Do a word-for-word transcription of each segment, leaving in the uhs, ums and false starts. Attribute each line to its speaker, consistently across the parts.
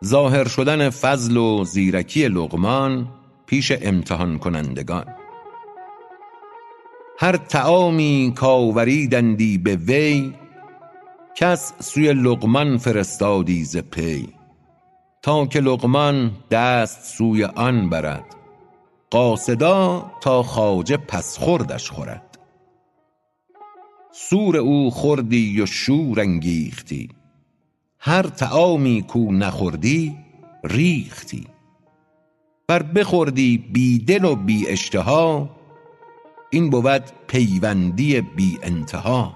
Speaker 1: ظاهر شدن فضل و زیرکی لقمان پیش امتحان کنندگان. هر طعامی کآوریدندی به وی، کس سوی لقمان فرستادی ز پی. تا که لقمان دست سوی آن برد، قاصدا تا خواجه پس خوردش خورد. سور او خوردی و شور انگیختی، هر طعامی کو نخوردی ریختی. ور بخوردی بی دل و بی اشتها، این بود پیوندی بی انتها.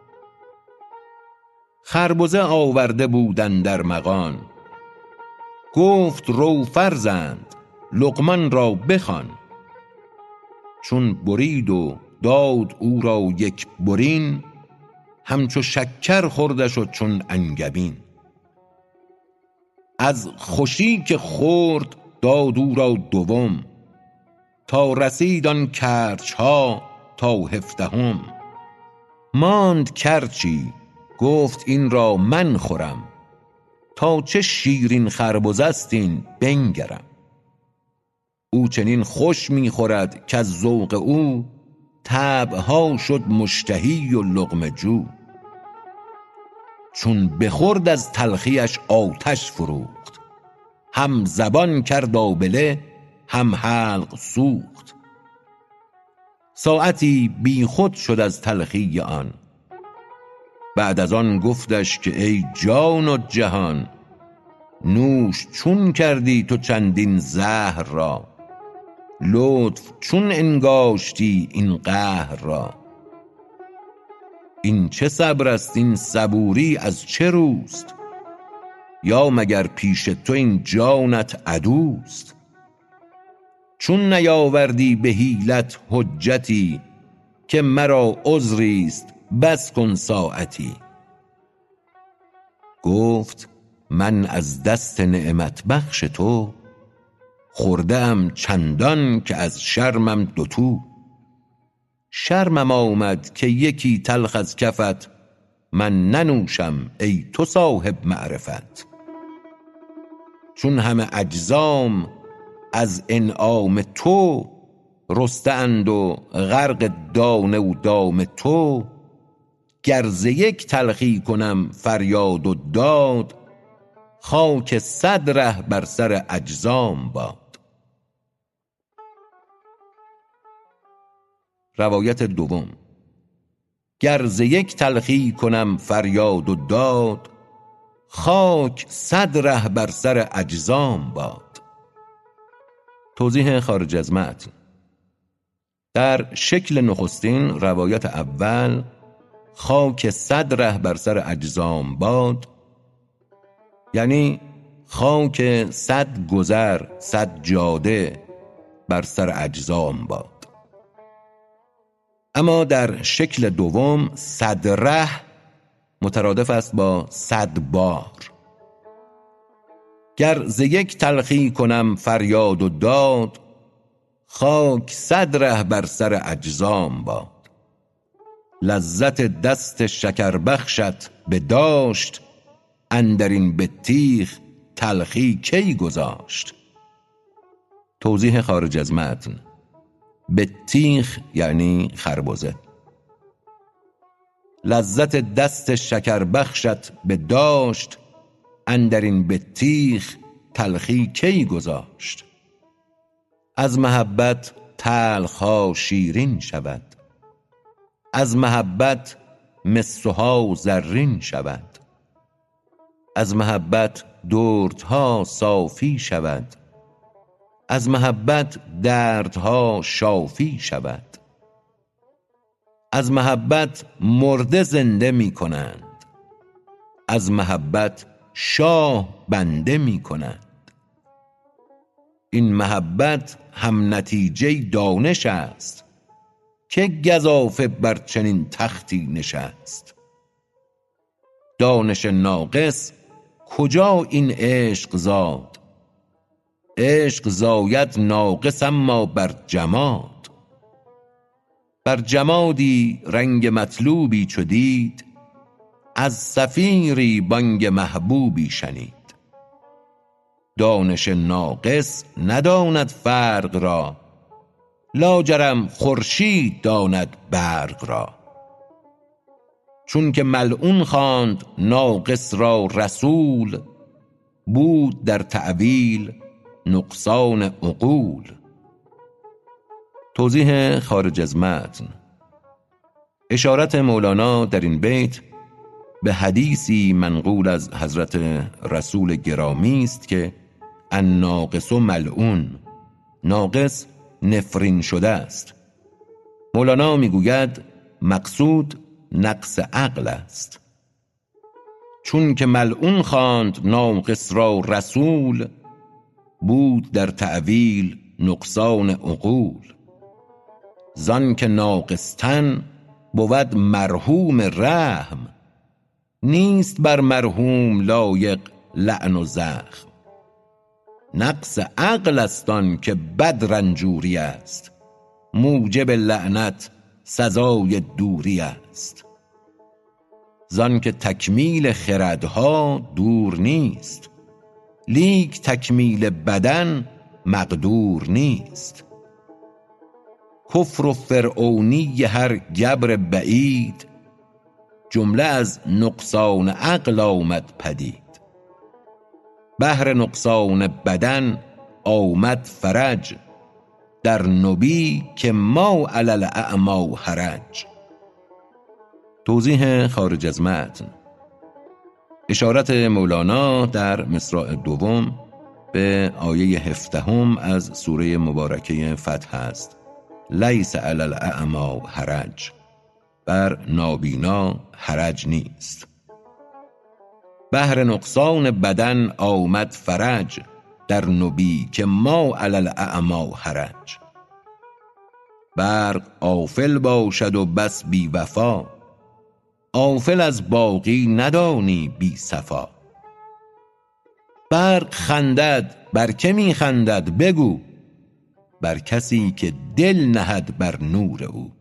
Speaker 1: خربزه آورده بود اندر مغان، گفت رو فرزند لقمان را بخوان. چون برید و داد او را یک برین، همچو شکر خوردش و چون انگبین. از خوشی که خورد داد او را دوم، تا رسید آن کرچ ها تا هفدهم. ماند کرچی گفت این را من خورم، تا چه شیرین خربزه است این بنگرم. او چنین خوش می خورد کز ذوق او، طبع ها شد مشتهی و لقمه جو. چون بخورد از تلخیش آتش فروخت، هم زبان کرد آبله هم حلق سوخت. ساعتی بی خود شد از تلخی آن، بعد از آن گفتش که ای جان و جهان، نوش چون کردی تو چندین زهر را، لطف چون انگاشتی این قهر را. این چه صبر است این صبوری از چه روست، یا مگر پیش تو این جانت عدوست. چون نیاوردی به حیلت حجتی، که مرا عذریست بس کن ساعتی. گفت من از دست نعمت بخش تو، خورده ام چندان که از شرمم دوتو. شرمم آمد که یکی تلخ از کفت، من ننوشم ای تو صاحب معرفت. چون همه اجزام از انعام تو، رسته اند و غرق دانه و دام تو. گر ز یک تلخی کنم فریاد و داد، خاک صد ره بر سر اجزام باد. روایت دوم. گر ز یک تلخی کنم فریاد و داد، خاک صد ره بر سر اجزام باد. توضیح خارج از متن. در شکل نخستین روایت اول، خاک صد ره بر سر اجزام باد، یعنی خاک صد گذر صد جاده بر سر اجزام باد. اما در شکل دوم صد ره مترادف است با صد بار. گر ز یک تلخی کنم فریاد و داد، خاک صد ره بر سر اجزام باد. لذت دست شکربخشت به داشت، اندرین بطیخ تلخی کی گذاشت. توضیح خارج از متن. بطیخ یعنی خربزه. لذت دست شکربخشت به داشت، اندرین بطیخ تلخی کی گذاشت. از محبت تلخها شیرین شود، از محبت مسها زرین شود. از محبت دردها صافی شود، از محبت دردها شافی شود. از محبت مرده زنده می کنند، از محبت شاه بنده می کنند. این محبت هم نتیجه دانش است، که گزافه بر چنین تختی نشست. دانش ناقص کجا این عشق زاد، عشق زاید ناقص اما بر جماد. بر جمادی رنگ مطلوبی چو دید، از صفیری بانگ محبوبی شنید. دانش ناقص نداند فرق را، لاجرم خورشید داند برق را. چون که ملعون خواند ناقص را رسول، بود در تأویل نقصان عقول. توضیح خارج از متن. اشارت مولانا در این بیت به حدیثی منقول از حضرت رسول گرامی است که الناقص ملعون، ناقص نفرین شده است. مولانا میگوید مقصود نقص عقل است. چون که ملعون خواند ناقص را رسول، بود در تأویل نقصان عقول. زان که ناقص تن بود مرحوم رحم، نیست بر مرحوم لایق لعن و زخم. نقص عقل است آن که بد رنجوری است، موجب لعنت سزای دوری است. زان که تکمیل خردها دور نیست، لیک تکمیل بدن مقدور نیست. کفر و فرعونی هر گبر بعید، جمله از نقصان عقل آمد پدید. بهر نقصان بدن آمد فرج، در نبی که ما علی الاعمی حرج. توضیح خارج از متن. اشارت مولانا در مصرع دوم به آیه هفدهم از سوره مبارکه فتح است. لیس علی الاعمی حرج، بر نابینا حرج نیست. بهر نقصان بدن آمد فرج، در نبی که ما علی الاعمی حرج. برق آفل باشد و بس بی وفا، آفل از باقی ندانی بی صفا. برق خندد بر که می خندد بگو، بر کسی که دل نهد بر نور او.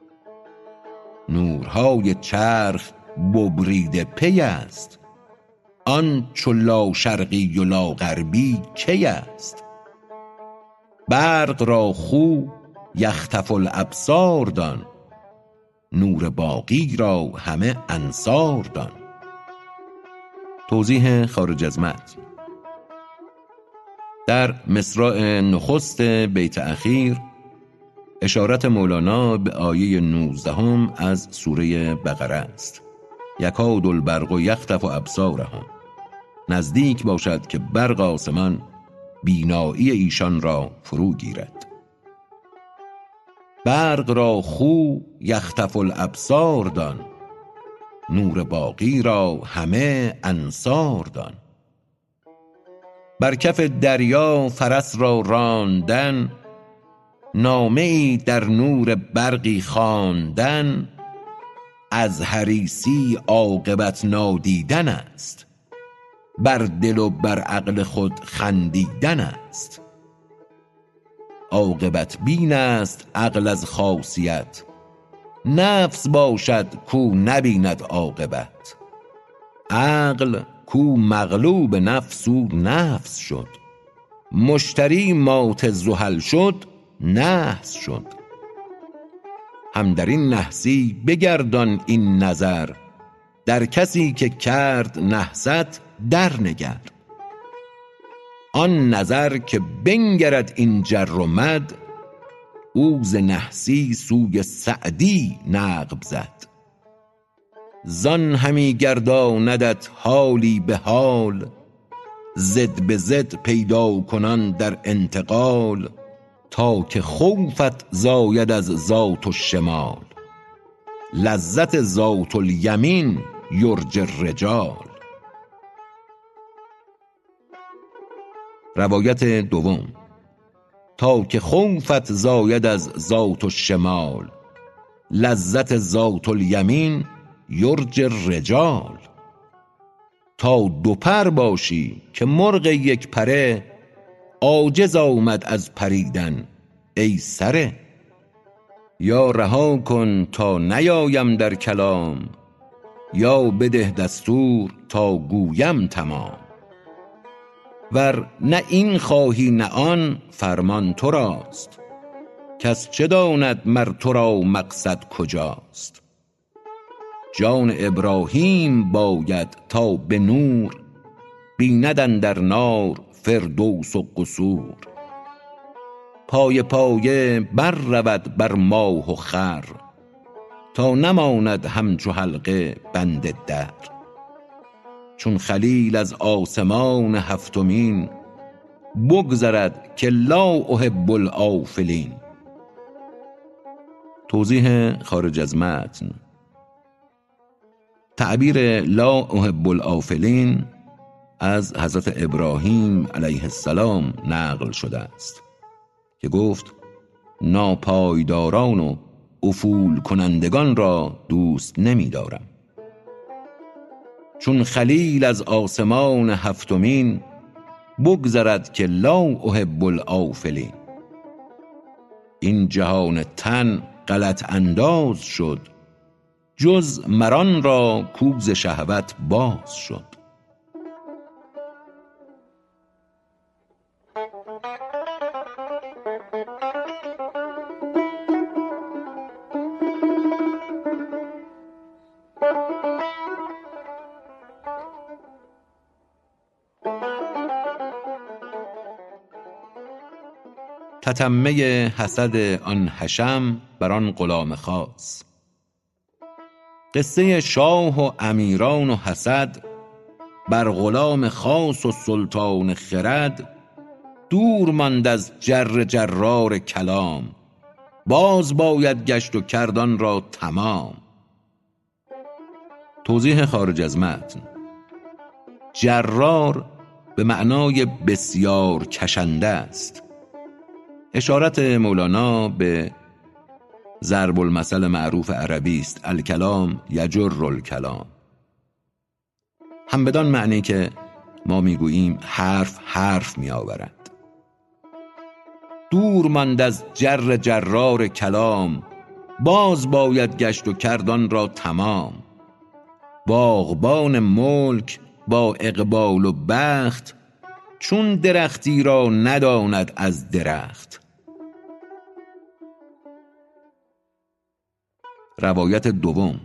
Speaker 1: نورهای چرخ ببریده پی است، آن چو لا شرقی و لا غربی کی است. برق را خو یخطف الابصار دان، نور باقی را همه انصار دان. توضیح خارج از متن. در مصرع نخست بیت اخیر اشارت مولانا به آیه نوزدهم از سوره بقره است. یکاد البرق یخطف ابصارهم، نزدیک باشد که برق آسمان بینایی ایشان را فرو گیرد. برق را خو یخطف الابصار دان، نور باقی را همه انصار دان. بر کف دریا فرس را راندن، نامه ای در نور برقی خواندن. از حریصی عاقبت نادیدن است، بر دل و بر عقل خود خندیدن است. عاقبت بین است عقل از خاصیت، نفس باشد کو نبیند عاقبت. عقل کو مغلوب نفس او نفس شد، مشتری مات زحل شد نحس شد. هم در این نحسی بگردان این نظر، در کسی که کرد نحست در نگر. آن نظر که بنگرد این جر و مد، او ز نحسی سوی سعدی نقب زد. زان همی گرداندت حالی به حال، ضد به ضد پیدا کنان در انتقال. تا که خوفت زاید از ذات الشمال، لذت ذات الیمین یرجی الرجال. روایت دوم. تا که خوفت زاید از ذات الشمال، لذت ذات الیمین یرجی الرجال. تا دو پر باشی که مرغ یک پره، عاجز آمد از پریدن ای سره. یا رها کن تا نیایم در کلام، یا بده دستور تا گویم تمام. ور نه این خواهی نه آن، فرمان تو راست. کس چه داند مر تو را مقصد کجاست؟ جان ابراهیم باید تا به نور، بیند اندر نار فردوس و قصور. پایه پایه بر رود بر ماه و خور، تا نماند همچو حلقه بند در. چون خلیل از آسمان هفتمین، بگذرد که لا احب الآفلین. توضیح خارج از متن: تعبیر لا احب الآفلین از حضرت ابراهیم علیه السلام نقل شده است که گفت ناپایداران و افول کنندگان را دوست نمی دارم. چون خلیل از آسمان هفتمین، بگذرد که لا احب الآفلین. این جهان تن غلط انداز شد، جز مران را کوز شهوت باز شد. تتمه حسد آن حشم بر آن غلام خاص. قصه شاه و امیران و حسد بر غلام خاص و سلطان خرد، دور ماند از جر جرار کلام. باز باید گشت و کردان را تمام. توضیح خارج از متن: جرار به معنای بسیار کشنده است. اشارت مولانا به ضرب المثل معروف عربی است: الکلام یجر الکلام. هم بدان معنی که ما میگوییم حرف حرف می آورد. دور ماند از جر جرار کلام، باز باید گشت و کردان را تمام. باغبان ملک با اقبال و بخت، چون درختی را نداند از درخت. روایت دوم: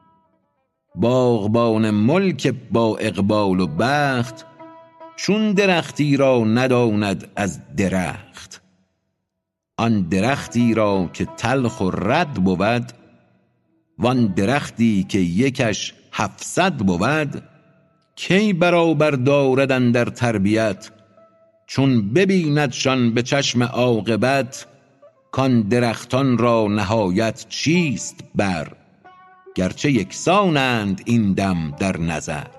Speaker 1: باغبان ملک با اقبال و بخت، چون درختی را نداند از درخت. آن درختی را که تلخ و رد بود، وان درختی که یکش هفتصد بود. کی برابر دارد اندر تربیت، چون ببیندشان به چشم عاقبت. کان درختان را نهایت چیست بر، گرچه یکسانند این دم در نظر.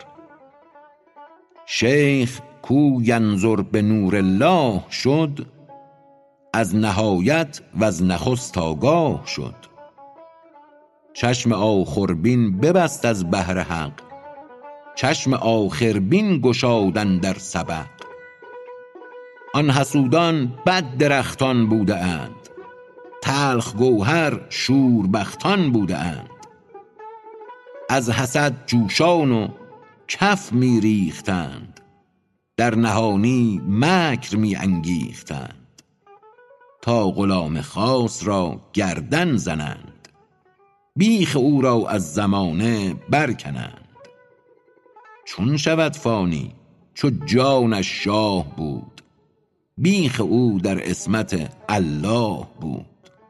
Speaker 1: شیخ کو ینظر به نور الله شد، از نهایت و از نخست آگاه شد. چشم آخربین ببست از بحر حق، چشم آخربین گشاد اندر سبق. آن حسودان بد درختان بوده اند، تلخ گوهر شوربختان بوده اند. از حسد جوشان و کف می ریختند، در نهانی مکر می انگیختند. تا غلام خاص را گردن زنند، بیخ او را از زمانه برکنند. چون شود فانی چو جانش شاه بود، بیخ او در عصمت الله بود.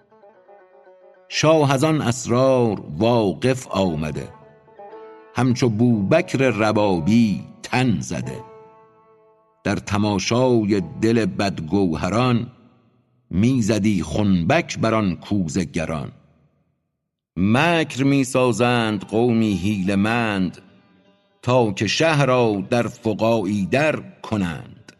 Speaker 1: شاه از آن اسرار واقف آمده، همچو بوبکر ربابی تن زده. در تماشای دل بدگوهران، میزدی خنبک بر آن کوزه گران. مکر میسازند قومی حیله مند، تا که شه را در فقاعی در کنند.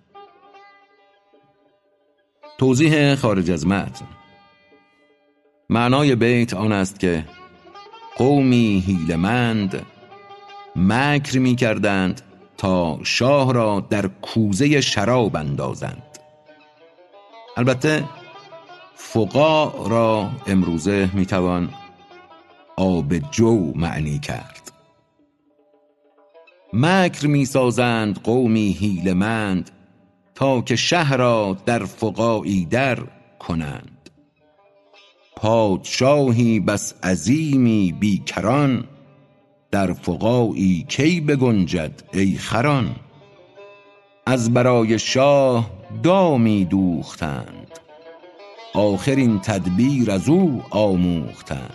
Speaker 1: توضیح خارج از متن: معنای بیت آن است که قومی حیله مند مکر می کردند تا شاه را در کوزه شراب اندازند. البته فقاع را امروزه می توان آب جو معنی کرد. مکر می سازند قومی حیله مند، تا که شه را در فقاعی در کنند. پادشاهی بس عظیمی بی کران، در فقاعی کی بگنجد ای خران. از برای شاه دامی دوختند، آخر این تدبیر از او آموختند.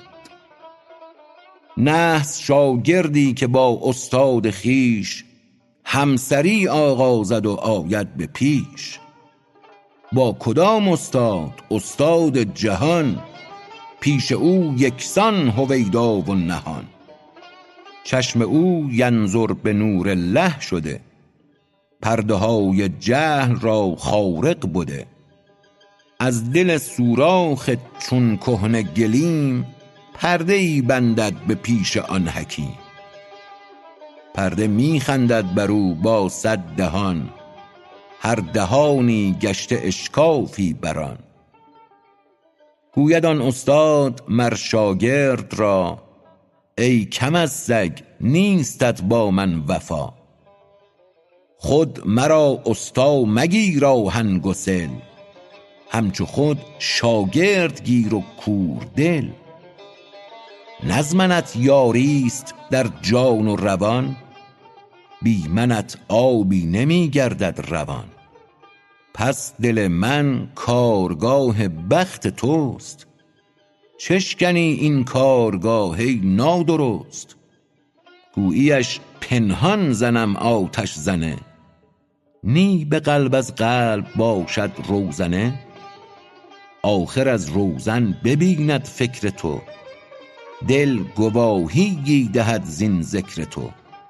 Speaker 1: نحس شاگردی که با استاد خویش، همسری آغازد و آید به پیش. با کدام استاد؟ استاد جهان، پیش او یکسان هویدا و نهان. چشم او ینظر به نور الله شده، پرده های جهل را خارق بده. از دل سوراخ چون کهنه گلیم، پرده ای بندد به پیش آن حکیم. پرده می خندد بر او با صد دهان، هر دهانی گشته اشکافی بر آن. گوید آن استاد مر شاگرد را، ای کم از سگ نیستت با من وفا. خود مرا استا مگیر آهن گسل، همچو خود شاگرد گیر و کور دل. نز منت یاریست در جان و روان، بی منت آبی نمی گردد روان. پس دل من کارگاه بخت توست، چشکنی این کارگاه ای نادرست. گوییش پنهان زنم آتش زنه، نی به قلب از قلب باشد روزنه. آخر از روزن ببیند فکر تو، دل گواهی دهد زین ذکر تو.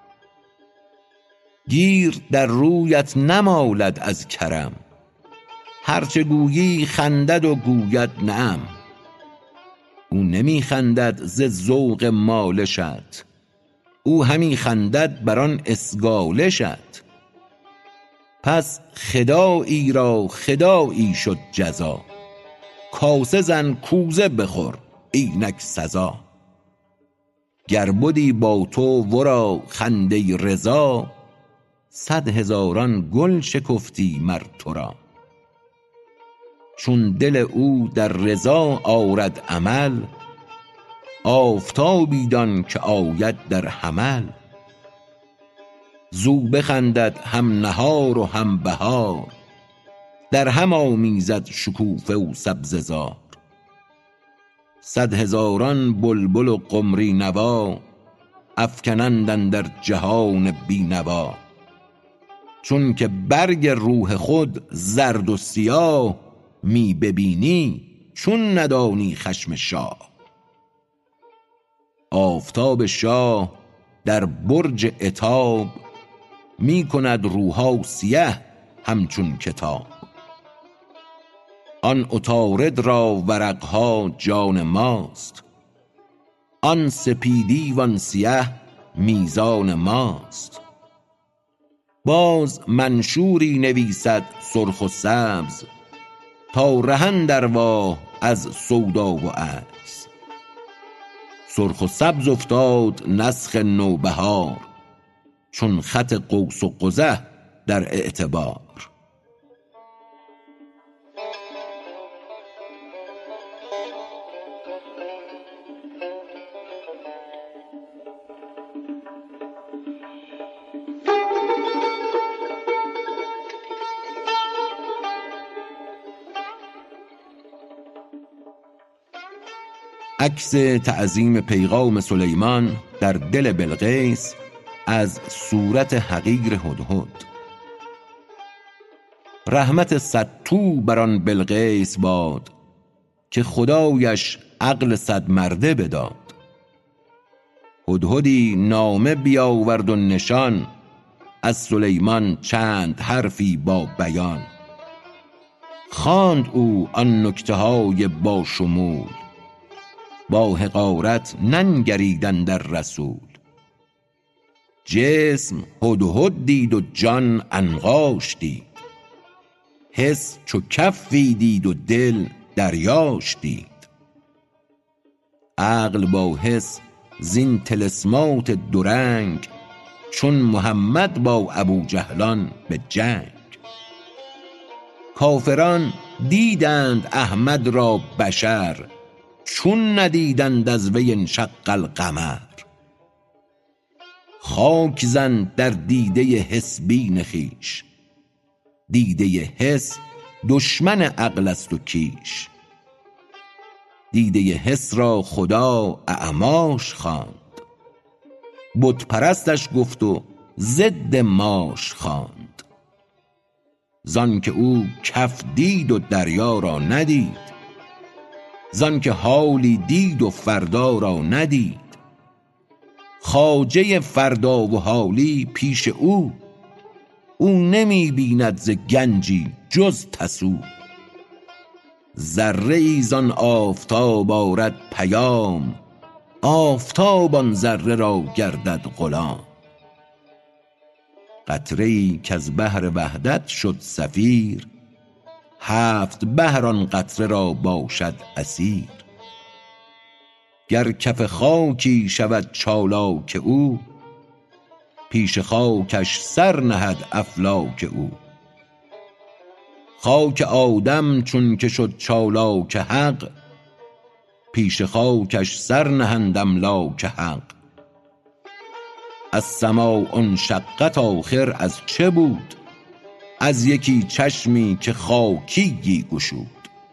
Speaker 1: گیر در رویت نمالد از کرم، هرچه گویی خندد و گوید نعم. او نمی خندد ز ذوق مالشت، او همی خندد بر آن اسگالشت. پس خداعی را خداعی شد جزا، کاسه زن کوزه بخور اینک سزا. گر بدی با تو ورا خنده رضا، صد هزاران گل شکفتی مر تو را. چون دل او در رضا آرد عمل، آفتابی دان که آید در حمل. زو بخندد هم نهار و هم بهار، در هم آمیزد شکوفه و سبزه زار. صد هزاران بلبل و قمری نوا، افکنند اندر جهان بی نوا. چون که برگ روح خود زرد و سیاه، می ببینی چون ندانی خشم شاه. آفتاب شاه در برج عتاب، می کند روها سیه همچون کتاب. آن عطارد را ورقها جان ماست، آن سپیدی و آن سیه میزان ماست. باز منشوری نویسد سرخ و سبز، تا رهند ارواح از سودا و عجز. سرخ و سبز افتاد نسخ نوبهار، چون خط قوس و قزح در اعتبار. عکس تعظیم پیغام سلیمان در دل بلقیس از صورت حقیر هدهد. رحمت صدتو بر آن بلقیس باد، که خدایش عقل صد مرده بداد. هدهدی نامه بیاورد و نشان، از سلیمان چند حرفی با بیان. خواند او آن نکته های با شمول، با حقارت ننگرید اندر رسول. جسم هدهد دید و جان عنقاش دید، حس چو کفی دید و دل دریاش دید. عقل با حس زین طلسمات دورنگ، چون محمد با ابوجهلان به جنگ. کافران دیدند احمد را بشر، چون ندیدند از وی انشق القمر. خاک زن در دیده حس بین خویش، دیده حس دشمن عقل است و کیش. دیده حس را خدا اعماش خواند، بت پرستش گفت و ضد ماش خواند. زان که او کف دید و دریا را ندید، زان که حالی دید و فردا را ندید. خواجه فردا و حالی پیش او، او نمی بیند ز گنجی جز تسو. ذره ای زان آفتاب آرد پیام، آفتاب آن ذره را گردد غلام. قطره ای کز بحر وحدت شد سفیر، هفت بحر آن قطره را باشد اسیر. گر کف خاکی شود چالاک او، پیش خاکش سر نهد افلاک او. خاک آدم چون که شد چالاک حق، پیش خاکش سر نهند املاک حق. السماء انشقت آخر از چه بود، از یکی چشمی که خاکیی گشود.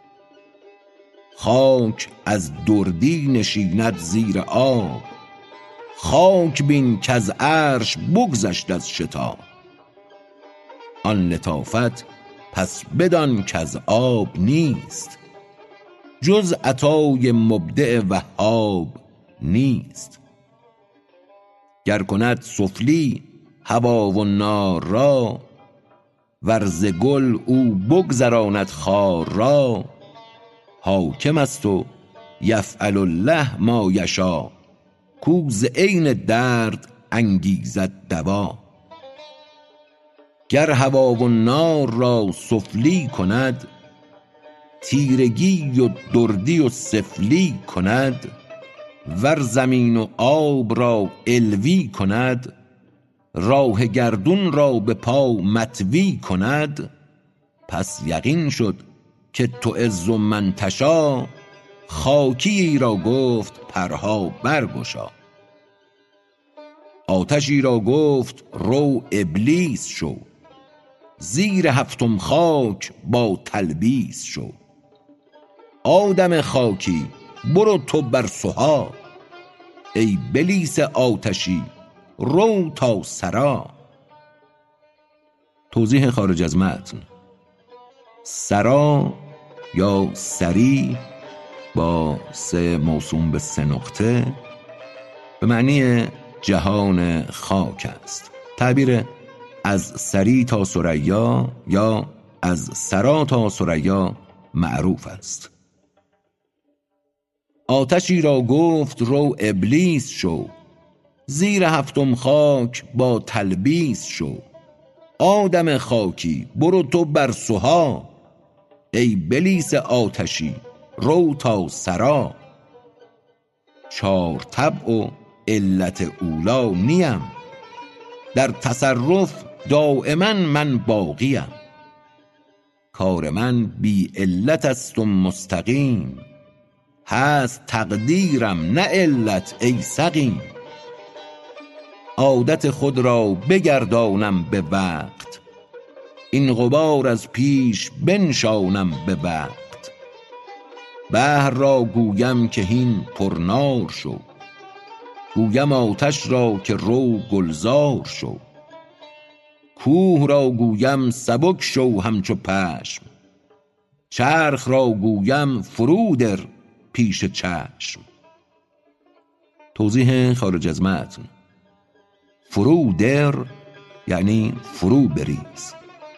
Speaker 1: خاک از دردی نشیند زیر آب، خاک بین کز عرش بگذشت از شتاب. آن لطافت پس بدان کز آب نیست، جز عطای مبدع وهاب نیست. گر کند سفلی هوا و نار را، ور ز گل او بگذراند خار را. حاکم است و یفعل الله ما یشاء، کو ز عین درد انگیزد دوا. گر هوا و نار را سفلی کند، تیرگی و دردی و سفلی کند. ور زمین و آب را علوی کند، راه گردون را به پا مطوی کند. پس یقین شد که تعز من تشا، خاکی را گفت پرها برگشا. آتشی را گفت رو ابلیس شو، زیر هفتم خاک با تلبیس شو. آدم خاکی برو تو بر سها، ای بلیس آتشی رو تا سرا. توضیح خارج از متن: سرا یا سری با سه موسوم به سه نقطه به معنی جهان خاک است. تعبیر از سری تا ثریا یا از سرا تا ثریا معروف است. آتشی را گفت رو ابلیس شو، زیر هفتم خاک با تلبیس شو. آدم خاکی برو تو بر سها، ای بلیس آتشی رو تا سرا. چار طبع و علت اولا نیم، در تصرف دائما من باقیم. کار من بی علت است و مستقیم، هست تقدیرم نه علت ای سقیم. عادت خود را بگردانم به وقت، این غبار از پیش بنشانم به وقت. بحر را گویم که هین پرنار شو، گویم آتش را که رو گلزار شو. کوه را گویم سبک شو همچو پشم، چرخ را گویم فرو در پیش چشم. توضیح خارج از متن: فرو در یعنی فرو بریز.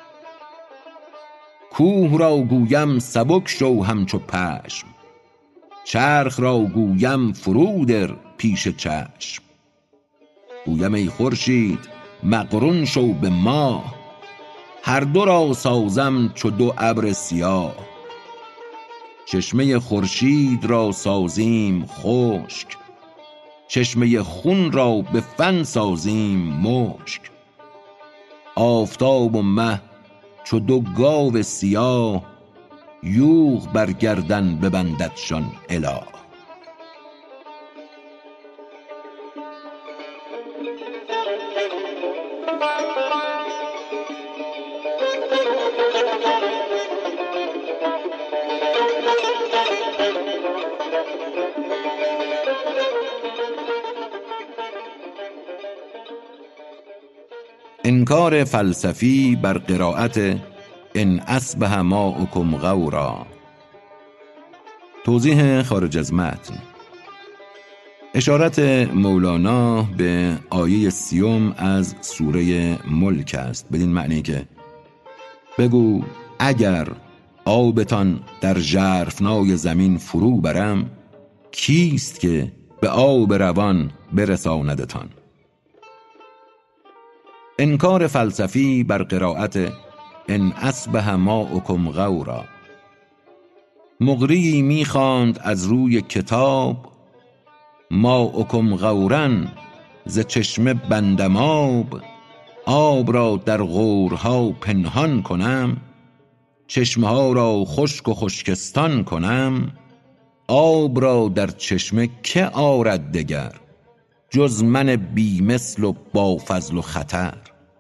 Speaker 1: کوه را گویم سبک شو همچو پشم، چرخ را گویم فرو در پیش چشم. گویم ای خورشید مقرون شو به ماه، هر دو را سازم چو دو ابر سیاه. چشمه خورشید را سازیم خشک، چشمه خون را به فن سازیم مشک. آفتاب و مه چو دو گاو سیاه، یوغ بر گردن ببنددشان اله. انکار فلسفی بر قرائت ان اصبح ماؤکم غورا. توضیح خارج از متن. اشارت مولانا به آیه سیوم از سوره ملک است، بدین معنی که بگو اگر آبتان در ژرفنای زمین فرو برم، کیست که به آب روان برساندتان. انکار فلسفی بر قرائت ان اصبح ماؤکم غورا. مقری می‌خواند از روی کتاب، ماؤکم غورا ز چشمه بندم آب. آب را در غورها پنهان کنم، چشمه ها را خشک و خشکستان کنم. آب را در چشمه که آرد دگر، جز من بی مثل و با فضل و خطر.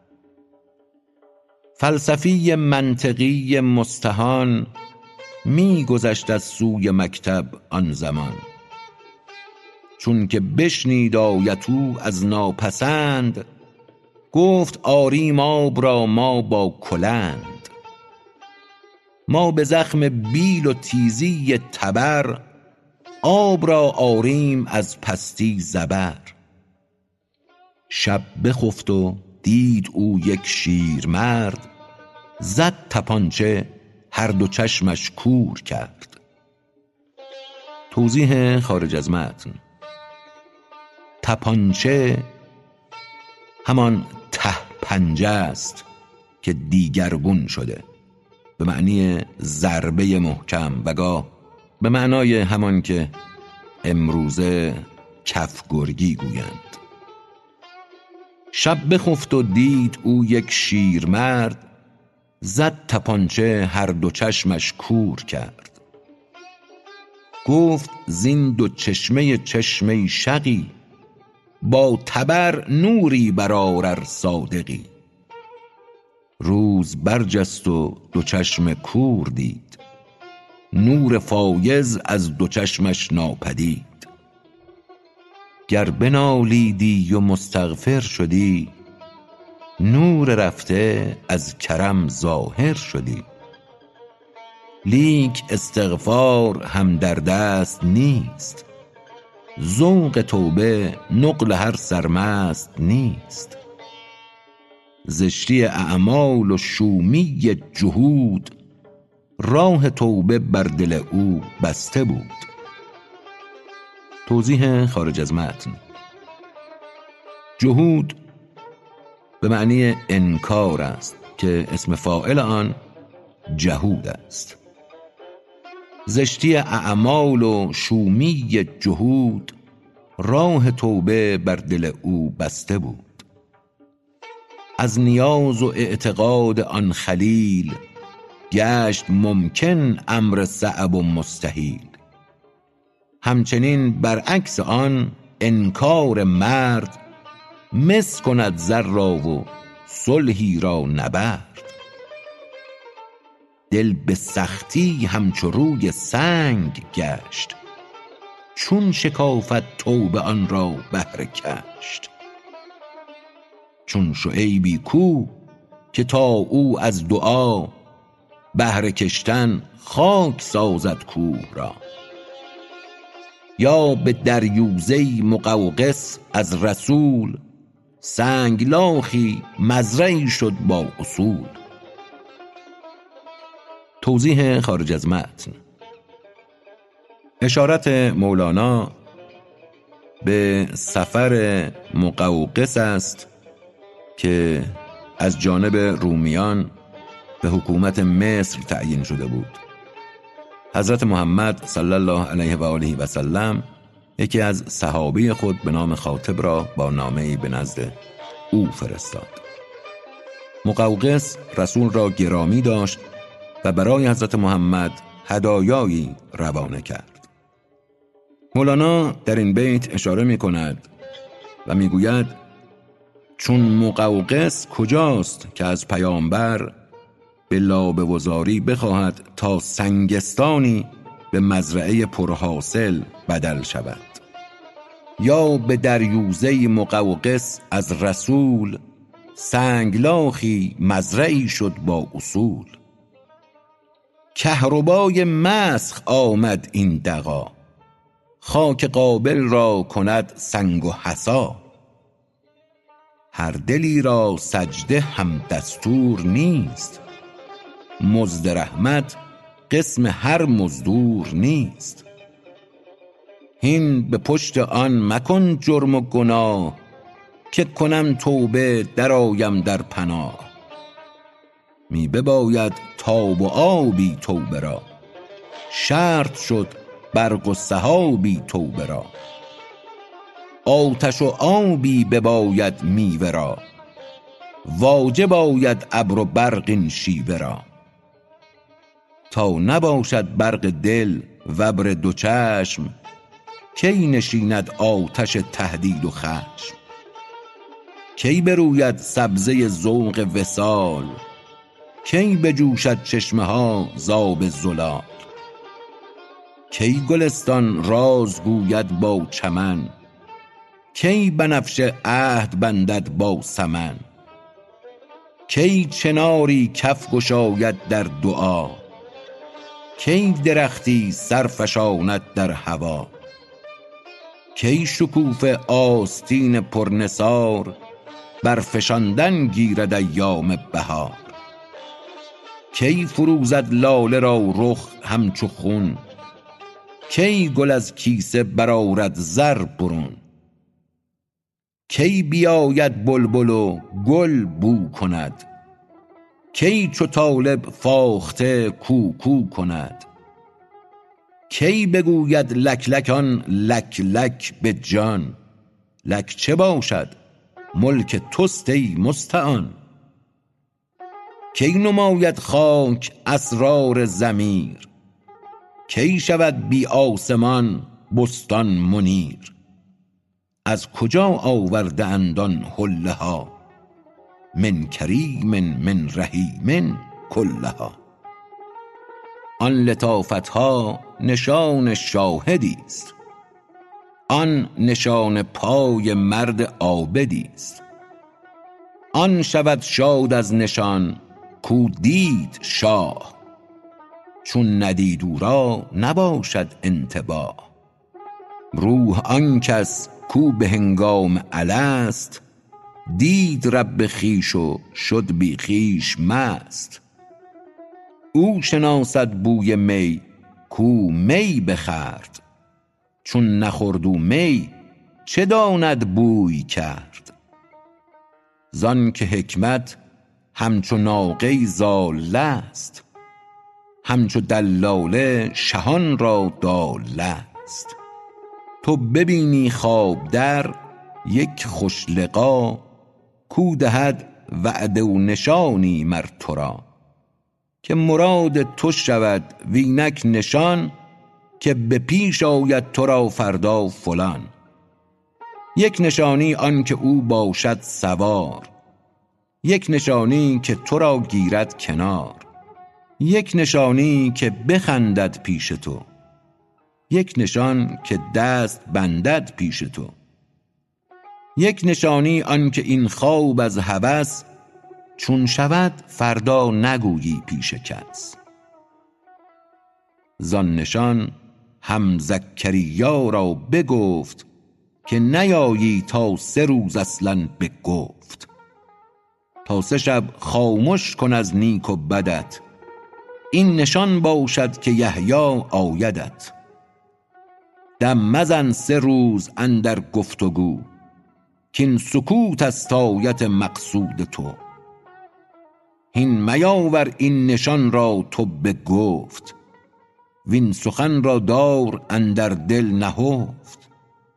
Speaker 1: فلسفی منطقی مستهان، می گذشت از سوی مکتب آن زمان. چون که بشنید آیت او از ناپسند، گفت آریم آب را ما با کلند. ما به زخم بیل و تیزی تبر، آب را آریم از پستی زبر. شب بخفت و دید او یک شیرمرد، زد تپانچه هر دو چشمش کور کرد. توضیح خارج از متن. تپانچه همان ته پنجه است که دیگرگون شده، به معنی ضربه محکم و گاه به معنای همان که امروزه کف گرگی گویند. شب بخفت و دید او یک شیرمرد، زد تپانچه هر دو چشمش کور کرد. گفت زین دو چشمه چشمه شقی، با تبر نوری برآر ار صادقی. روز برجست و دو چشم کور دید، نور فایز از دو چشمش ناپدید. گر بنالیدی و مستغفر شدی، نور رفته از کرم ظاهر شدی. لیک استغفار هم در دست نیست، ذوق توبه نقل هر سرمست نیست. زشتی اعمال و شومی جهود، راه توبه بر دل او بسته بود. توضیح خارج از متن. جهود به معنی انکار است که اسم فاعل آن جهود است. زشتی اعمال و شومی جهود، راه توبه بر دل او بسته بود. از نیاز و اعتقاد آن خلیل، گشت ممکن امر صعب و مستحیل. همچنین برعکس آن انکار مرد، مس کند زر را و صلحی را نبرد. دل به سختی همچو روی سنگ گشت، چون شکافد توبه آن را بهر کشت. چون شعیبی کو که تا او از دعا، بهر کشتن خاک سازد کوه را. یا به دریوزه مقوقس از رسول، سنگلاخی مزرعی شد با اصول. توضیح خارج از متن. اشارت مولانا به سفر مقوقس است که از جانب رومیان به حکومت مصر تعیین شده بود. حضرت محمد صلی الله علیه و آله و سلم یکی از صحابه خود به نام خاطب را با نامه‌ای به نزد او فرستاد. مقوقس رسول را گرامی داشت و برای حضرت محمد هدایایی روانه کرد. مولانا در این بیت اشاره می کند و می گوید چون مقوقس کجاست که از پیامبر به لابه وزاری بخواهد تا سنگستانی به مزرعه پرحاصل بدل شود، یا به دریوزه مقوقس از رسول سنگلاخی مزرعی شد با اصول. کهربای مسخ آمد این دغا، خاک قابل را کند سنگ و حصا. هر دلی را سجده هم دستور نیست، مزد رحمت قسم هر مزدور نیست. هین به پشت آن مکن جرم و گناه، که کنم توبه درآیم در پناه. می بباید تاب و آبی توبه را، شرط شد برق و سحابی توبه را. آتش و آبی بباید میوه را، واجب آید ابر و برق این شیوه را. تا نباشد برق دل و ابر دو چشم، کی نشیند آتش تهدید و خشم. کی بروید سبزه ذوق وصال، کی بجوشد چشمه ها ز آب زلال. کی گلستان راز گوید با چمن، کی بنفشه عهد بندد با سمن. کی چناری کف گشاید در دعا، کی درختی سر فشاند در هوا. کی شکوفه آستین پرنثار، برفشاندن گیرد ایام بهار. کی فروزد لاله را رخ همچو خون، کی گل از کیسه برآرد زر برون. کی بیاید بلبل و گل بو کند، کی چو طالب فاخته کوکو کند. کی بگوید لک لک آن لک لک به جان، لک چه باشد ملک توست ای مستعان. کی نماید خاک اسرار ضمیر، کی شود بی آسمان بستان منیر. از کجا آورده اند آن حله ها، من کریم من رحیم کلها. آن لطافت ها نشان شاهدی است، آن نشان پای مرد عابدی است. آن شود شاد از نشان کو دید شاه، چون ندید او را نباشد انتباه. روح آن کس کو به هنگام الست، دید رب خویش و شد بی خویش مست. او شناسد بوی می کو می بخورد، چون نخورد او می چه داند بوی کرد. زان که حکمت همچو ناقه ضاله است، همچو دلاله شهان را داله است. تو ببینی خواب در یک خوش لقا، کو دهد وعده و نشانی مر تو را. که مراد تو شود وینک نشان، که به پیش آید تو را فردا فلان. یک نشانی آن که او باشد سوار، یک نشانی که تو را گیرد کنار. یک نشانی که بخندد پیش تو، یک نشان که دست بندد پیش تو. یک نشانی آن که این خواب از هوس، چون شود فردا نگویی پیش کس. زان نشان هم زکریا را بگفت، که نیایی تا سه روز اصلا بگفت. تا سه شب خاموش کن از نیک و بدت، این نشان باشد که یحیی آیدت. دم مزن سه روز اندر گفت و گو، کین سکوت است آیت مقصود تو. هین میاور این نشان را تو به گفت، وین سخن را دار اندر دل نهفت.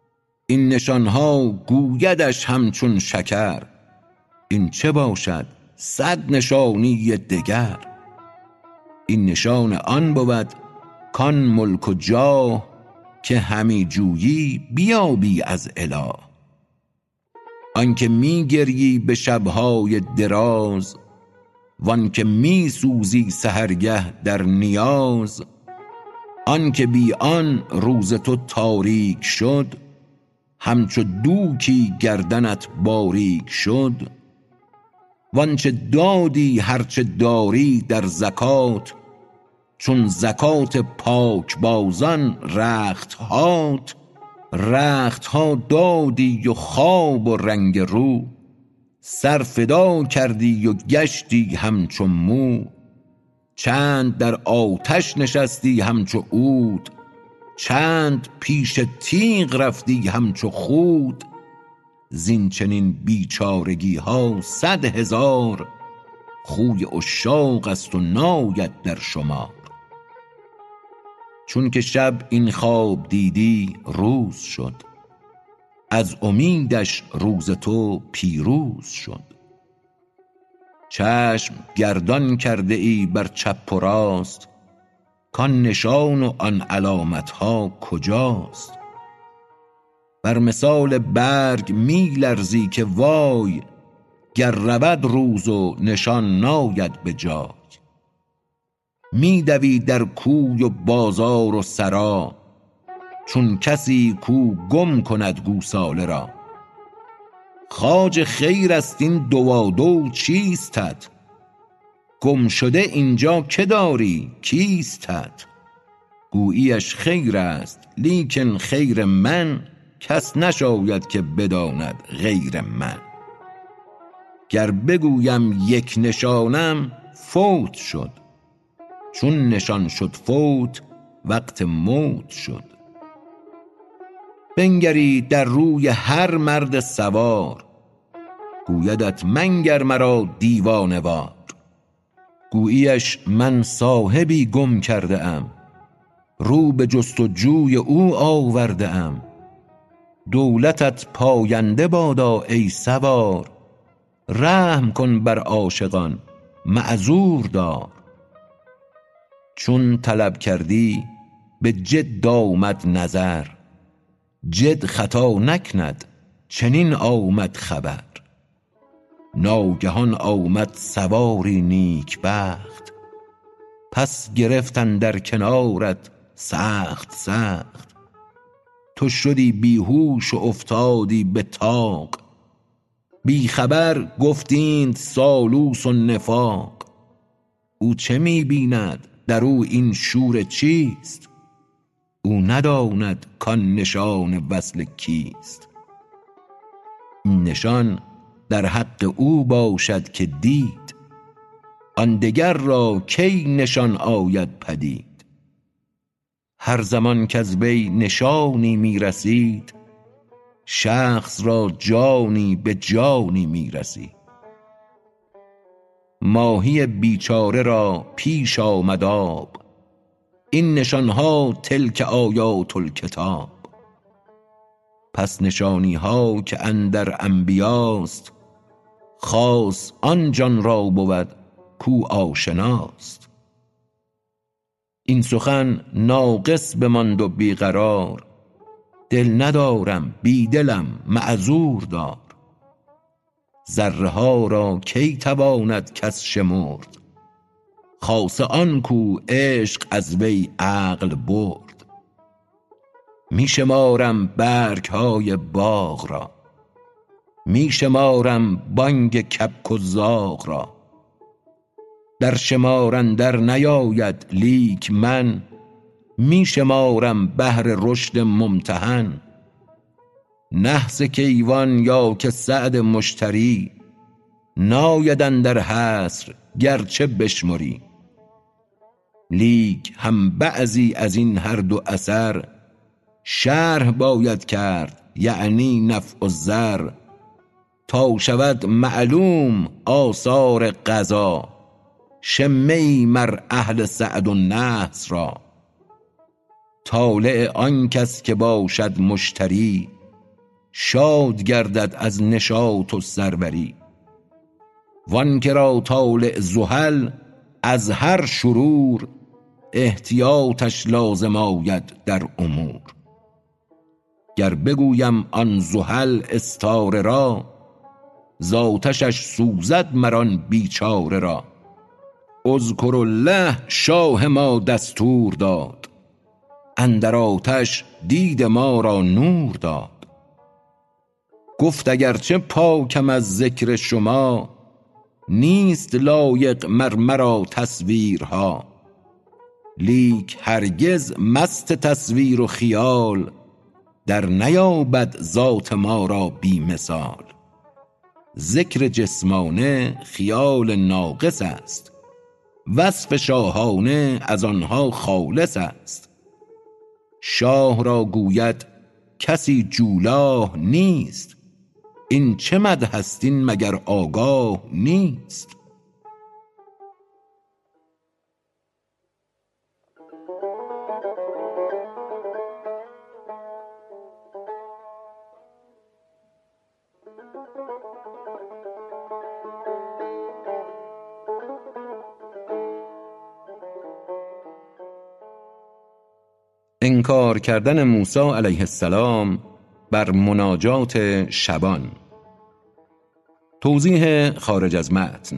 Speaker 1: این نشانها گویدش همچون شکر، این چه باشد صد نشانی دگر. این نشان آن بود کان ملک و جاه، که همی جویی بیابی از اله. آنکه می گریی به شبهای دراز، وانکه می سوزی سحرگه در نیاز. آنکه بی آن روز تو تاریک شد، همچو دوکی گردنت باریک شد. وانچه دادی هرچه داری در زکات، چون زکات پاک بازان رخت هات. رخت ها دادی و خواب و رنگ رو، سر فدا کردی و گشتی همچو مو. چند در آتش نشستی همچو عود، چند پیش تیغ رفتی همچو خود. زین چنین بیچارگی ها صد هزار، خوی عشاق است و ناید در شمار. چون که شب این خواب دیدی روز شد، از امیدش روز تو پیروز شد. چشم گردان کرده ای بر چپ و راست، کان نشان و آن علامت ها کجاست. بر مثال برگ می لرزی که وای، گر رود روز و نشان ناید به جای. می دوی در کوی و بازار و سرا، چون کسی کو گم کند گوساله را. خواجه خیر است این دوادو چیستت، گم شده اینجا که داری کیستت. گوییش خیر است لیکن خیر من، کس نشاید که بداند غیر من. گر بگویم یک نشانم فوت شد، چون نشان شد فوت وقت موت شد. بنگری در روی هر مرد سوار، گویدت منگر مرا دیوانه وار. گوییش من صاحبی گم کرده ام، رو به جست و جوی او آورده ام. دولتت پاینده بادا ای سوار، رحم کن بر عاشقان معذور دار. چون طلب کردی به جد آمد نظر، جد خطا نکند چنین آمد خبر. ناگهان آمد سواری نیک بخت، پس گرفت اندر کنارت سخت سخت. تو شدی بیهوش و افتادی به طاق، بی خبر گفتیند سالوس و نفاق. او چه می بیند در او این شور چیست، او نداند کان نشان وصل کیست. این نشان در حق او باشد که دید، آن دگر را کی نشان آید پدید. هر زمان کز وی نشانی می رسید، شخص را جانی به جانی می رسید. ماهی بیچاره را پیش آمد آب، این نشانها تلک آیات الکتاب. پس نشانی ها که اندر انبیاست، خاص آن جان را بود کو آشناست. این سخن ناقص بماند و بیقرار، دل ندارم بی دلم معذور دار. ذره ها را کی تواند کس شمرد، خاصه آن کو عشق از وی عقل برد. می شمارم برگ های باغ را، می شمارم بانگ کبک و زاغ را. در شمار اندر نیاید لیک من، می شمارم بهر رشد ممتحن. نحس کیوان یا که سعد مشتری، ناید اندر حصر گرچه بشمری. لیک هم بعضی از این هر دو اثر، شرح باید کرد یعنی نفع و ضر. تا شود معلوم آثار قضا، شمه ای مر اهل سعد و نحس را. طالع آن کس که باشد مشتری، شاد گردد از نشاط و سروری. وان که را طالع زحل از هر شرور احتیاطش لازم آید در امور. گر بگویم آن زحل استاره را ذاتشش سوزد مر آن بیچاره را. اذکر الله شاه ما دستور داد اندر آتش دید ما را نور داد. گفت اگرچه پاکم از ذکر شما نیست لایق مر مرا تصویرها. لیک هرگز مست تصویر و خیال در نیابد ذات ما را بی مثال. ذکر جسمانه خیال ناقص است وصف شاهانه از آنها خالص است. شاه را گوید کسی جولاه نیست این چه مدح است این مگر آگاه نیست. انکار کردن موسی علیه السلام بر مناجات شبان. توضیح خارج از متن.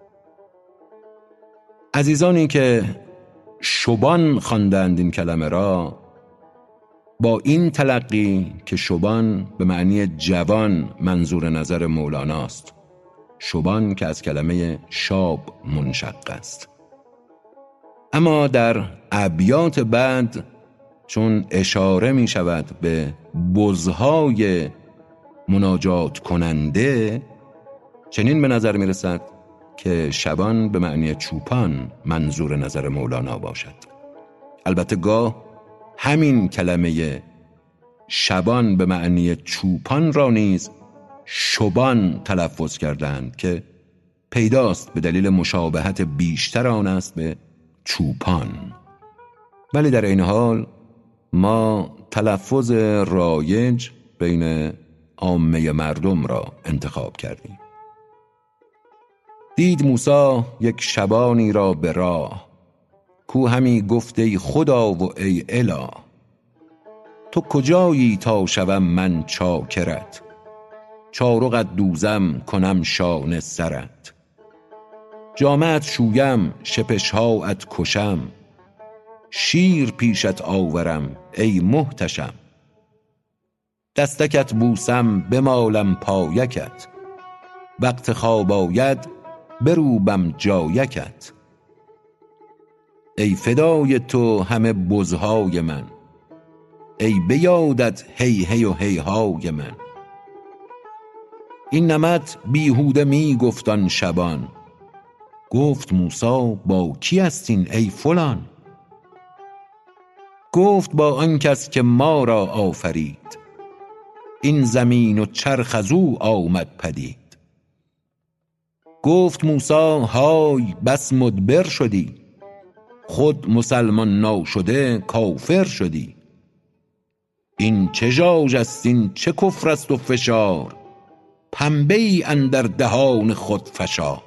Speaker 1: عزیزانی که شبان خواندند این کلمه را با این تلقی که شبان به معنی جوان منظور نظر مولاناست، شبان که از کلمه شاب منشق است. اما در ابیات بعد چون اشاره می شود به بزهای مناجات کننده، چنین به نظر می رسد که شبان به معنی چوپان منظور نظر مولانا باشد. البته گاه همین کلمه شبان به معنی چوپان را نیز شبان تلفظ کردند که پیداست به دلیل مشابهت بیشتر آن است به چوپان. ولی در این حال ما تلفظ رایج بین عامه مردم را انتخاب کردیم. دید موسی یک شبانی را به راه کو همی گفت ای خدا و ای اله. تو کجایی تا شوم من چاکرت چارقت دوزم کنم شانه سرت. جامه‌ات شویم شپشهاات کشم شیر پیشت آورم ای محتشم. دستکت بوسم بمالم پایکت وقت خواب آید بروبم جایکت. ای فدای تو همه بزهای من ای بیادت هی هی و هی های من. این نمط بیهوده می گفت آن شبان گفت موسی با کی استین ای فلان. گفت با آن کس که ما را آفرید این زمین و چرخ از او آمد پدید. گفت موسی های بس مدبر شدی خود مسلمان ناشده کافر شدی. این چه ژاژ است این چه کفر است و فشار پنبه ای اندر دهان خود فشار.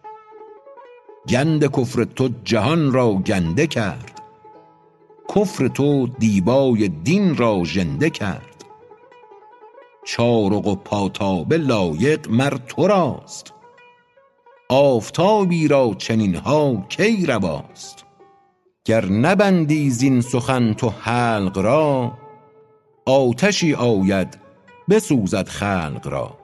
Speaker 1: گند کفر تو جهان را گنده کرد کفر تو دیبای دین را ژنده کرد. چارق و پاتابه لایق مر تو راست آفتابی را چنین ها کی رواست. گر نبندی زین سخن تو حلق را آتشی آید بسوزد خلق را.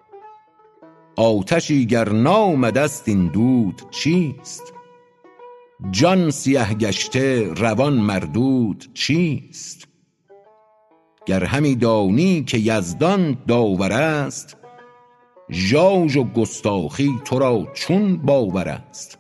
Speaker 1: آتشی گر نامده است این دود چیست جان سیه گشته روان مردود چیست. گر همی دانی که یزدان داور است ژاژ و گستاخی تو را چون باور است.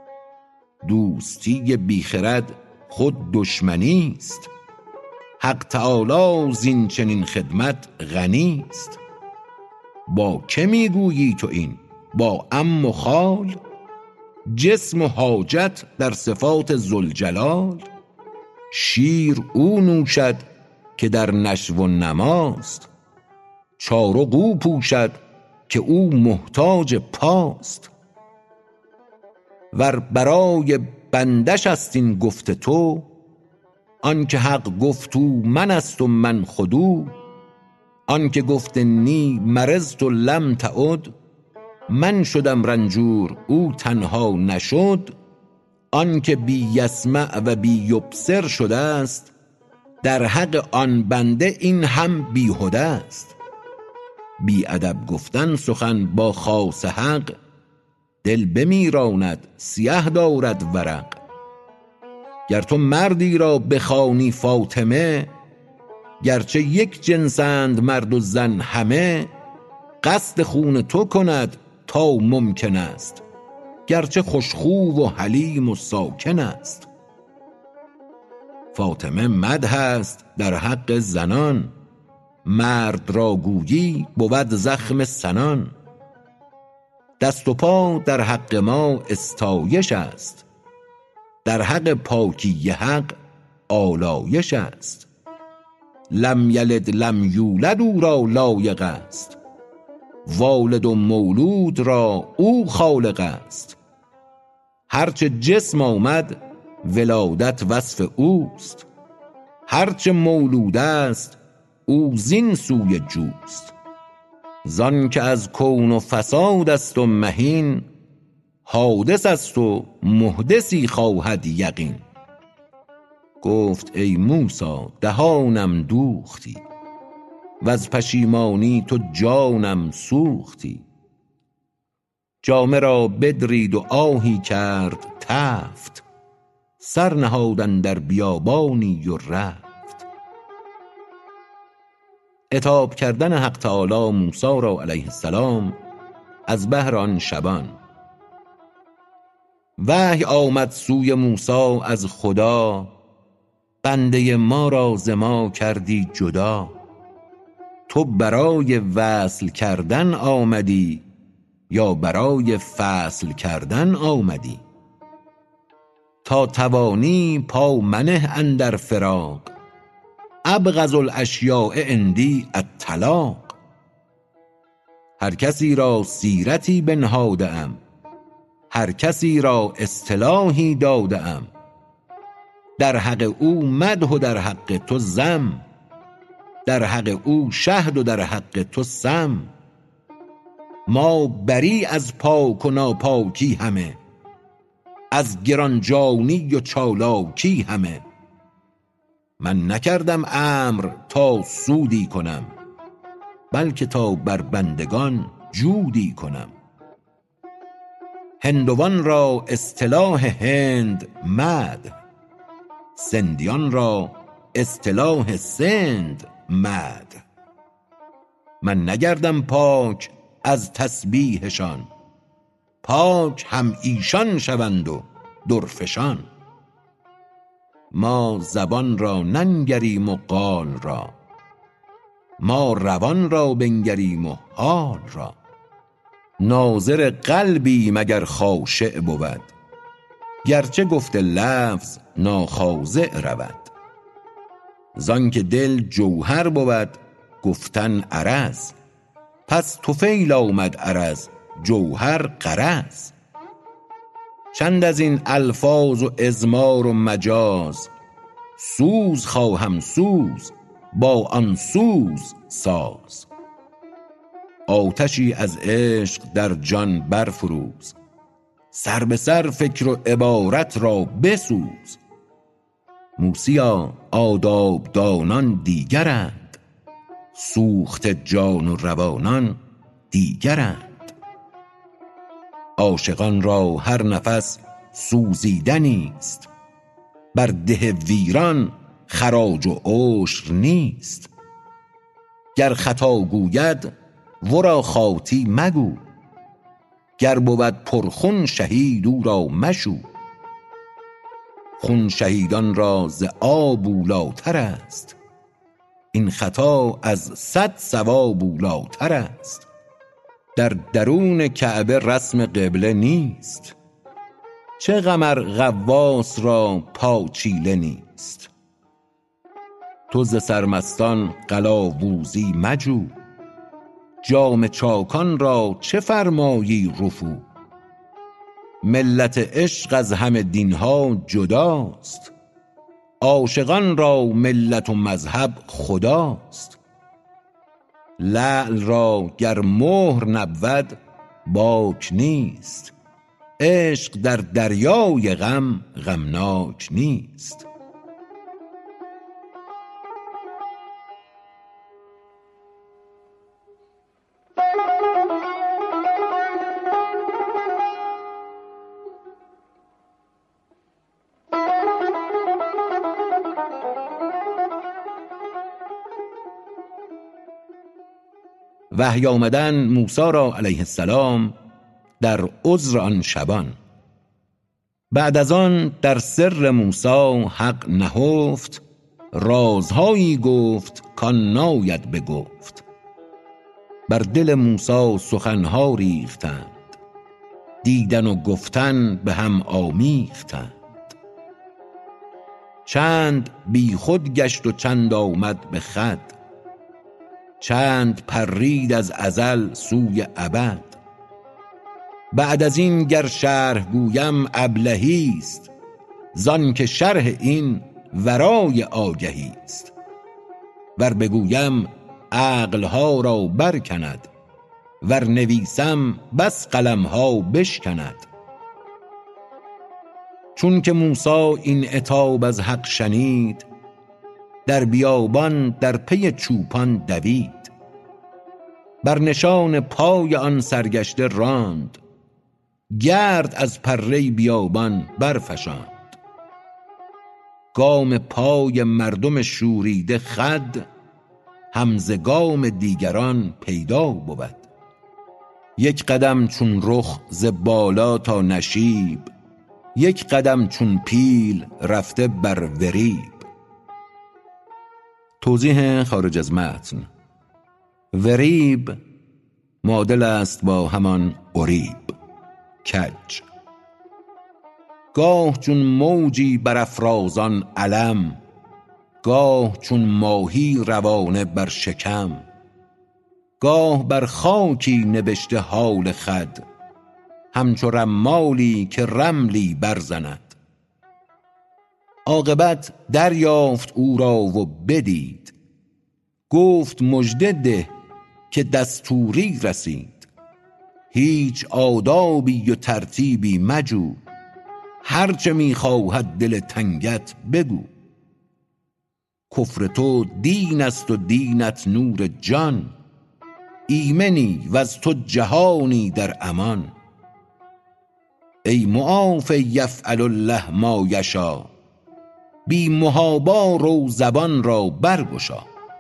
Speaker 1: دوستی بیخرد خود دشمنی است حق تعالی زین چنین خدمت غنی است. با که میگویی تو این با عم و خال جسم و حاجت در صفات ذوالجلال. شیر او نوشد که در نشو و نماست چارق او پوشد که او محتاج پاست. ور برای بندش است این گفت تو، آن که حق گفت او من است و من خودو. آن که گفت نی مرضت و لم تعد، من شدم رنجور او تنها نشد. آن که بی یسمع و بی یبصر شده است، در حق آن بنده این هم بیهده است. بی ادب گفتن سخن با خاص حق، دل بمیراند سیه دارد ورق. گر تو مردی را بخوانی فاطمه، گرچه یک جنسند مرد و زن همه. قصد خون تو کند تا ممکن است، گرچه خوشخو و حلیم و ساکن است. فاطمه مدح است در حق زنان، مرد را گویی بود زخم سنان. دست و پا در حق ما استایش است، در حق پاکی حق آلایش است. لم یلد لم یولد او را لایق است، والد و مولود را او خالق است. هرچه جسم آمد ولادت وصف اوست، هرچه مولود است او زین سوی جوست. زان که از کون و فساد است و مهین، حادث است و محدثی خواهد یقین. گفت ای موسی دهانم دوختی، وز پشیمانی تو جانم سوختی. جامه را بدرید و آهی کرد تفت، سر نهاد اندر بیابانی و رفت. عتاب کردن حق تعالی موسی را علیه السلام از بهر آن شبان. وحی آمد سوی موسی از خدا، بنده ما را ز ما کردی جدا. تو برای وصل کردن آمدی یا برای فصل کردن آمدی؟ تا توانی پا منه اندر فراق، ابغض الاشیاء عندی الطلاق. هر کسی را سیرتی بنهاده ام، هر کسی را اصطلاحی داده ام. در حق او مدح و در حق تو ذم، در حق او شهد و در حق تو سم. ما بری از پاک و ناپاکی همه، از گرانجانی و چالاکی همه. من نکردم امر تا سودی کنم، بلکه تا بر بندگان جودی کنم. هندوان را اصطلاح هند مدح، سندیان را اصطلاح سند مدح. من نگردم پاک از تسبیحشان، پاک هم ایشان شوند و درفشان. ما زبان را ننگریم و قال را، ما روان را بنگریم و حال را. ناظر قلبی مگر خاشع بود، گرچه گفت لفظ ناخاضع رود. زان که دل جوهر بود گفتن عرض، پس طفیل آمد عرض جوهر غرض. چند از این الفاظ و اضمار و مجاز، سوز خواهم سوز با آن سوز ساز. آتشی از عشق در جان برفروز، سر به سر فکر و عبارت را بسوز. موسیا آداب دانان دیگرند، سوخت جان و روانان دیگرند. عاشقان را هر نفس سوزیدنی است، بر ده ویران خراج و عشر نیست. گر خطا گوید ورا خاطی مگو، گر بود پرخون شهید او را مشو. خون شهیدان را ز آب اولیتر است، این خطا از صد ثواب اولیتر است. در درون کعبه رسم قبله نیست، چه غم ار غواص را پاچیله نیست. تو ز سرمستان قلاووزی مجو، جام چاکان را چه فرمایی رفو. ملت عشق از همه دینها جداست. عاشقان را ملت و مذهب خداست. لعل را گر مهر نبود باک نیست. عشق در دریای غم غمناک نیست. وحی آمدن موسی را علیه السلام در عذر آن شبان. بعد از آن در سر موسی حق نهفت. رازهایی گفت کان ناید بگفت. بر دل موسی سخنها ریختند. دیدن و گفتن به هم آمیختند. چند بی خود گشت و چند آمد به خود. چند پرید از ازل سوی ابد. بعد از این گر شرح گویم ابلهی است. زان که شرح این ورای آگهی است. ور بگویم عقلها را برکند. ور نویسم بس قلمها بشکند. چون که موسی این عتاب از حق شنید. در بیابان در پی چوپان دوید. بر نشان پای آن سرگشته راند. گرد از پره بیابان برفشاند. گام پای مردم شوریده خود. همز گام دیگران پیدا بود. یک قدم چون رخ ز بالا تا نشیب. یک قدم چون پیل رفته بر وریب. توضیح خارج از متن: وریب معادل است با همان اریب، کج. گاه چون موجی برافرازان علم. گاه چون ماهی روانه بر شکم. گاه بر خاکی نبشته حال خود. همچو رمالی که رملی برزند. عاقبت دریافت او را و بدید. گفت مژده ده که دستوری رسید. هیچ آدابی و ترتیبی مجو. هرچه میخواهد دل تنگت بگو. کفر تو دین است و دینت نور جان. ایمنی و از تو جهانی در امان. ای معاف یفعل الله ما یشا. بی محابا رو زبان را برگشا.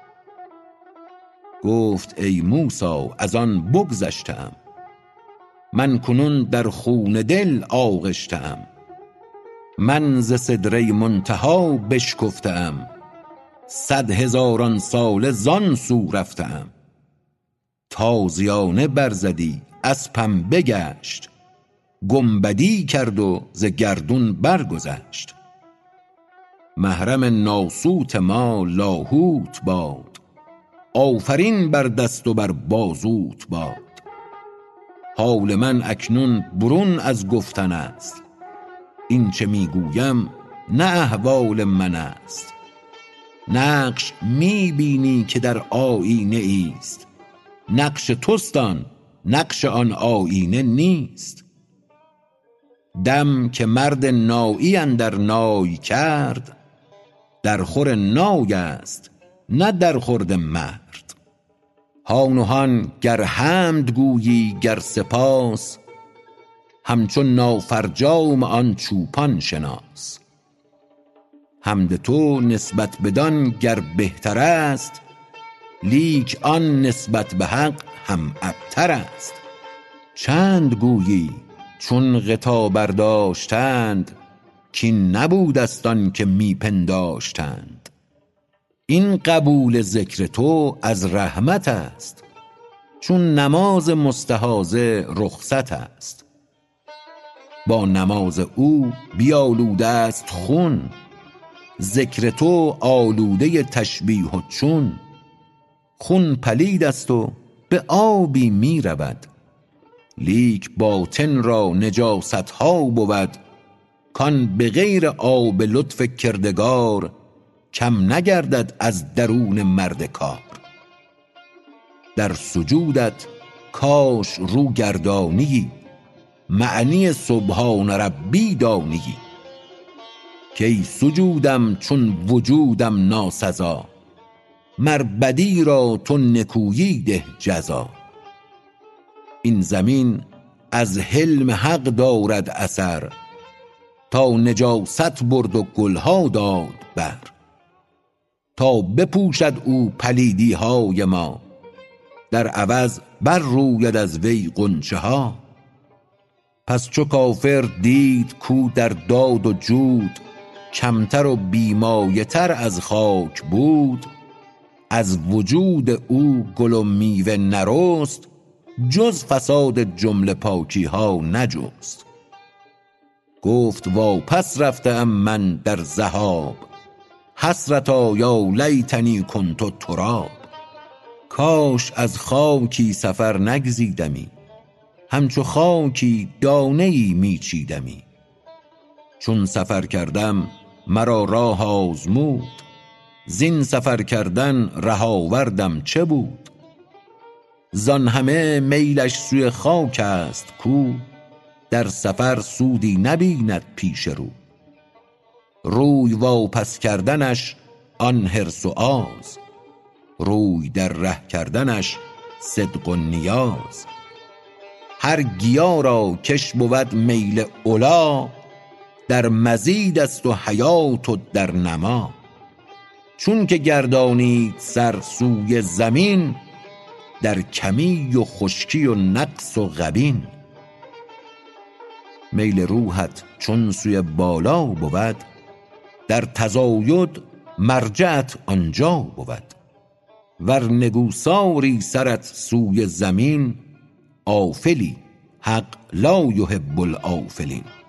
Speaker 1: گفت ای موسی از آن بگذشتم. من کنون در خون دل آغشتم. من ز سدره منتهی بشکفتم. صد هزاران ساله زان سو رفتم. تازیانه برزدی اسپم بگشت. گنبدی کرد و ز گردون برگذشت. محرم ناسوت ما لاهوت باد. آفرین بر دست و بر بازوت باد. حال من اکنون برون از گفتن است. این چه میگویم نه احوال من است. نقش میبینی که در آیینه ایست. نقش توستان نقش آن آیینه نیست. دم که مرد نایی اندر نای کرد. در خور نای است نه در خورد مرد. هان و هان گر حمد گویی گر سپاس. همچون نافرجام آن چوپان شناس. حمد تو نسبت بدان گر بهتر است. لیک آن نسبت به حق هم ابتر است. چند گویی چون غطا برداشتند. کین نبود است آن که می پنداشتند. این قبول ذکر تو از رحمت است. چون نماز مستحاضه رخصت است. با نماز او بیالوده است خون. ذکر تو آلوده تشبیه و چون. خون پلید است و به آبی می رود. لیک باطن را نجاست ها بود، کان به غیر آب لطف کردگار کم نگردد از درون مرد کار. در سجودت کاش رو گردانیی، معنی سبحان ربی دانیی. کی سجودم چون وجودم ناسزا، مر بدی را تو نکویی ده جزا. این زمین از حلم حق دارد اثر، تا نجاست برد و گلها داد بر. تا بپوشد او پلیدی های ما، در عوض بر روید از وی غنچه ها. پس چو کافر دید کو در داد و جود، کمتر و بیمایه تر از خاک بود. از وجود او گل و میوه نرست، جز فساد جمله پاکی ها نجست. گفت واپس رفته ام من در ذهاب، حسرتا یا لیتنی کنت تراب. کاش از خاکی سفر نگزیدمی، همچو خاکی دانه ای می چیدمی. چون سفر کردم مرا راه آزمود، زین سفر کردن ره آوردم چه بود. زان همه میلش سوی خاک است کو، در سفر سودی نبیند پیش رو. روی واپس کردنش آن حرص و آز، روی در ره کردنش صدق و نیاز. هر گیا را کش بود میل علا، در مزید است و حیات و در نما. چون که گردانید سر سوی زمین، در کمی و خشکی و نقص و غبین. میل روحت چون سوی بالا بود، در تزاید مرجعت آنجا بود. ور نگوساری سرت سوی زمین، آفلی حق لا یحب الآفلین.